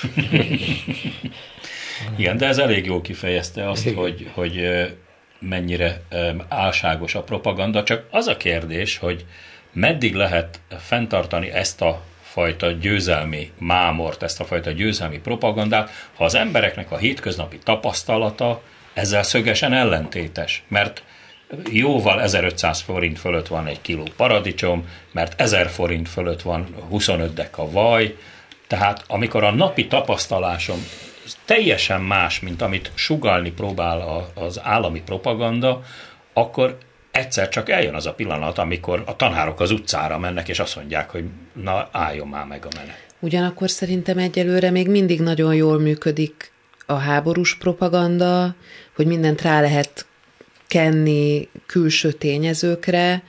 Igen, de ez elég jól kifejezte azt, hogy mennyire álságos a propaganda. Csak az a kérdés, hogy meddig lehet fenntartani ezt a fajta győzelmi mámort, ezt a fajta győzelmi propagandát, ha az embereknek a hétköznapi tapasztalata ezzel szögesen ellentétes. Mert jóval 1500 forint fölött van egy kiló paradicsom, mert 1000 forint fölött van 25 deka vaj. Tehát amikor a napi tapasztalásom teljesen más, mint amit sugallni próbál az állami propaganda, akkor egyszer csak eljön az a pillanat, amikor a tanárok az utcára mennek, és azt mondják, hogy na, álljon már meg a menet. Ugyanakkor szerintem egyelőre még mindig nagyon jól működik a háborús propaganda, hogy mindent rá lehet kenni külső tényezőkre,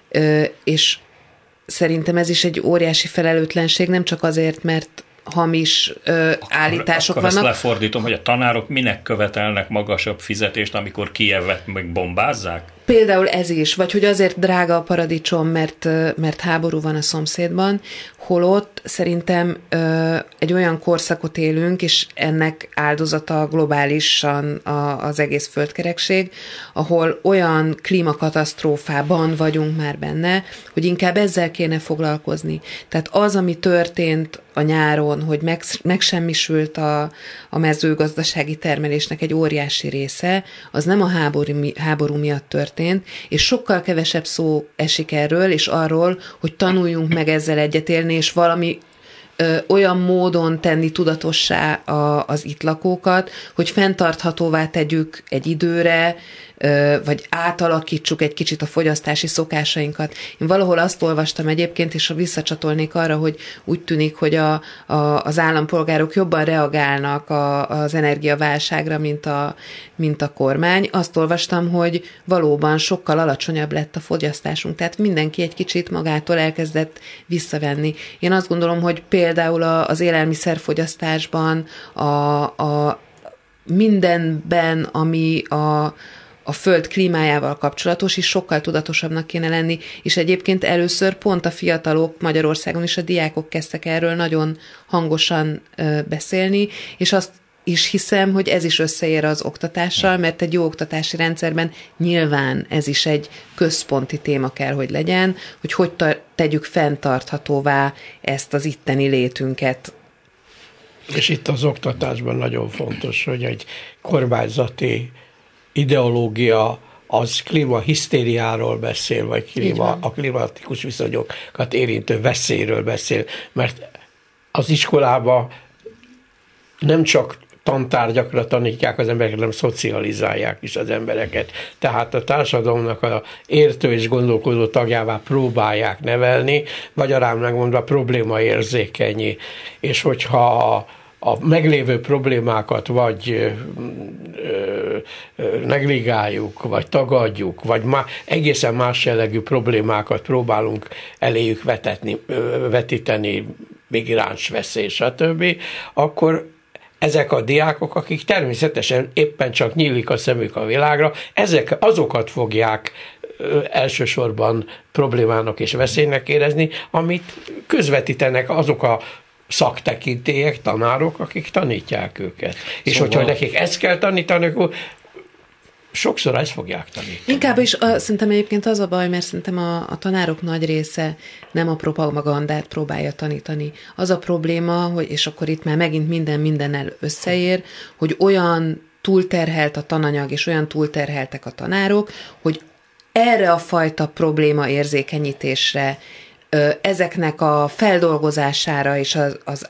és szerintem ez is egy óriási felelőtlenség, nem csak azért, mert hamis állítások vannak. Ezt lefordítom, hogy a tanárok minek követelnek magasabb fizetést, amikor Kijevet meg bombázzák? Például ez is, vagy hogy azért drága a paradicsom, mert háború van a szomszédban, holott szerintem egy olyan korszakot élünk, és ennek áldozata globálisan az egész földkerekség, ahol olyan klímakatasztrófában vagyunk már benne, hogy inkább ezzel kéne foglalkozni. Tehát az, ami történt a nyáron, hogy megsemmisült a mezőgazdasági termelésnek egy óriási része, az nem a háború miatt történt, és sokkal kevesebb szó esik erről, és arról, hogy tanuljunk meg ezzel egyet élni, és valami olyan módon tenni tudatossá az itt lakókat, hogy fenntarthatóvá tegyük egy időre, vagy átalakítsuk egy kicsit a fogyasztási szokásainkat. Én valahol azt olvastam egyébként, és visszacsatolnék arra, hogy úgy tűnik, hogy az állampolgárok jobban reagálnak az energiaválságra, mint a kormány. Azt olvastam, hogy valóban sokkal alacsonyabb lett a fogyasztásunk, tehát mindenki egy kicsit magától elkezdett visszavenni. Én azt gondolom, hogy például az élelmiszerfogyasztásban, a mindenben, ami a föld klímájával kapcsolatos, is sokkal tudatosabbnak kéne lenni, és egyébként először pont a fiatalok Magyarországon is, a diákok kezdtek erről nagyon hangosan beszélni, és azt is hiszem, hogy ez is összeér az oktatással, mert egy jó oktatási rendszerben nyilván ez is egy központi téma kell, hogy legyen, hogy tegyük fenntarthatóvá ezt az itteni létünket. És itt az oktatásban nagyon fontos, hogy egy kormányzati ideológia az klímahisztériáról beszél, vagy a klimatikus viszonyokat érintő veszélyről beszél, mert az iskolában nem csak tantárgyakra tanítják az embereket, hanem szocializálják is az embereket. Tehát a társadalomnak a értő és gondolkodó tagjává próbálják nevelni, magyarán megmondva problémaérzékenyi. És hogyha a meglévő problémákat vagy negligáljuk, vagy tagadjuk, vagy egészen más jellegű problémákat próbálunk eléjük vetíteni, migráns veszély, stb., akkor ezek a diákok, akik természetesen éppen csak nyílik a szemük a világra, azokat fogják elsősorban problémának és veszélynek érezni, amit közvetítenek azok a szaktekintélyek, tanárok, akik tanítják őket. És hogyha nekik ezt kell tanítani, akkor sokszor ezt fogják tanítani. Inkább is szerintem egyébként az a baj, mert szerintem a tanárok nagy része nem a propagandát próbálja tanítani. Az a probléma, hogy, és akkor itt már megint mindennel összeér, hogy olyan túlterhelt a tananyag, és olyan túlterheltek a tanárok, hogy erre a fajta probléma érzékenyítésre, ezeknek a feldolgozására és az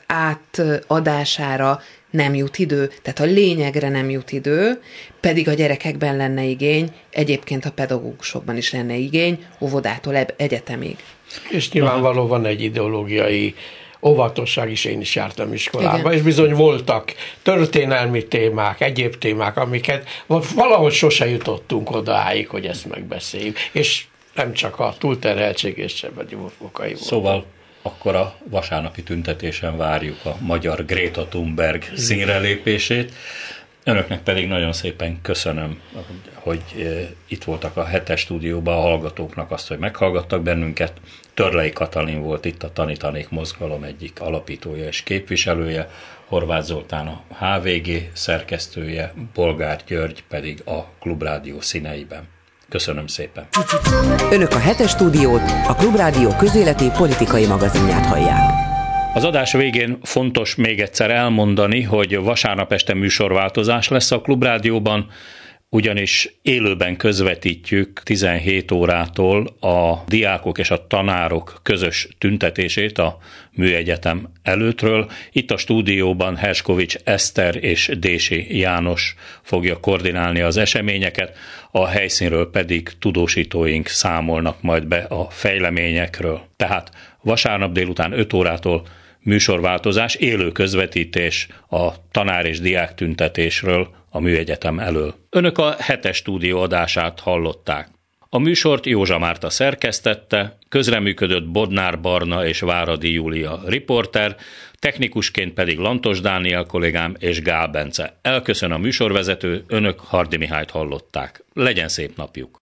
átadására nem jut idő, tehát a lényegre nem jut idő, pedig a gyerekekben lenne igény, egyébként a pedagógusokban is lenne igény, óvodától egyetemig. És nyilvánvaló van egy ideológiai óvatosság is, én is jártam iskolába, és bizony voltak történelmi témák, egyéb témák, amiket valahogy sose jutottunk odáig, hogy ezt megbeszéljük, és nem csak a túlterheltség és sebedi okai volt. Szóval akkor a vasárnapi tüntetésen várjuk a magyar Greta Thunberg színrelépését. Önöknek pedig nagyon szépen köszönöm, hogy itt voltak a Hetes stúdióban, a hallgatóknak azt, hogy meghallgattak bennünket. Törlei Katalin volt itt a Tanítanék mozgalom egyik alapítója és képviselője, Horváth Zoltán a HVG szerkesztője, Bolgár György pedig a Klubrádió színeiben. Köszönöm szépen. Önök a Hetes stúdiót, a Klubrádió közéleti politikai magazinját hallják. Az adás végén fontos még egyszer elmondani, hogy vasárnap este műsorváltozás lesz a Klubrádióban, ugyanis élőben közvetítjük 17 órától a diákok és a tanárok közös tüntetését a Műegyetem előttről. Itt a stúdióban Herskovics Eszter és Dési János fogja koordinálni az eseményeket, a helyszínről pedig tudósítóink számolnak majd be a fejleményekről. Tehát vasárnap délután 5 órától műsorváltozás, élő közvetítés a tanár és diák tüntetésről a Műegyetem elől. Önök a Hetes stúdió adását hallották. A műsort Józsa Márta szerkesztette, közreműködött Bodnár Barna és Váradi Júlia riporter, technikusként pedig Lantos Dániel kollégám és Gál Bence. Elköszön a műsorvezető, önök Hardy Mihályt hallották. Legyen szép napjuk!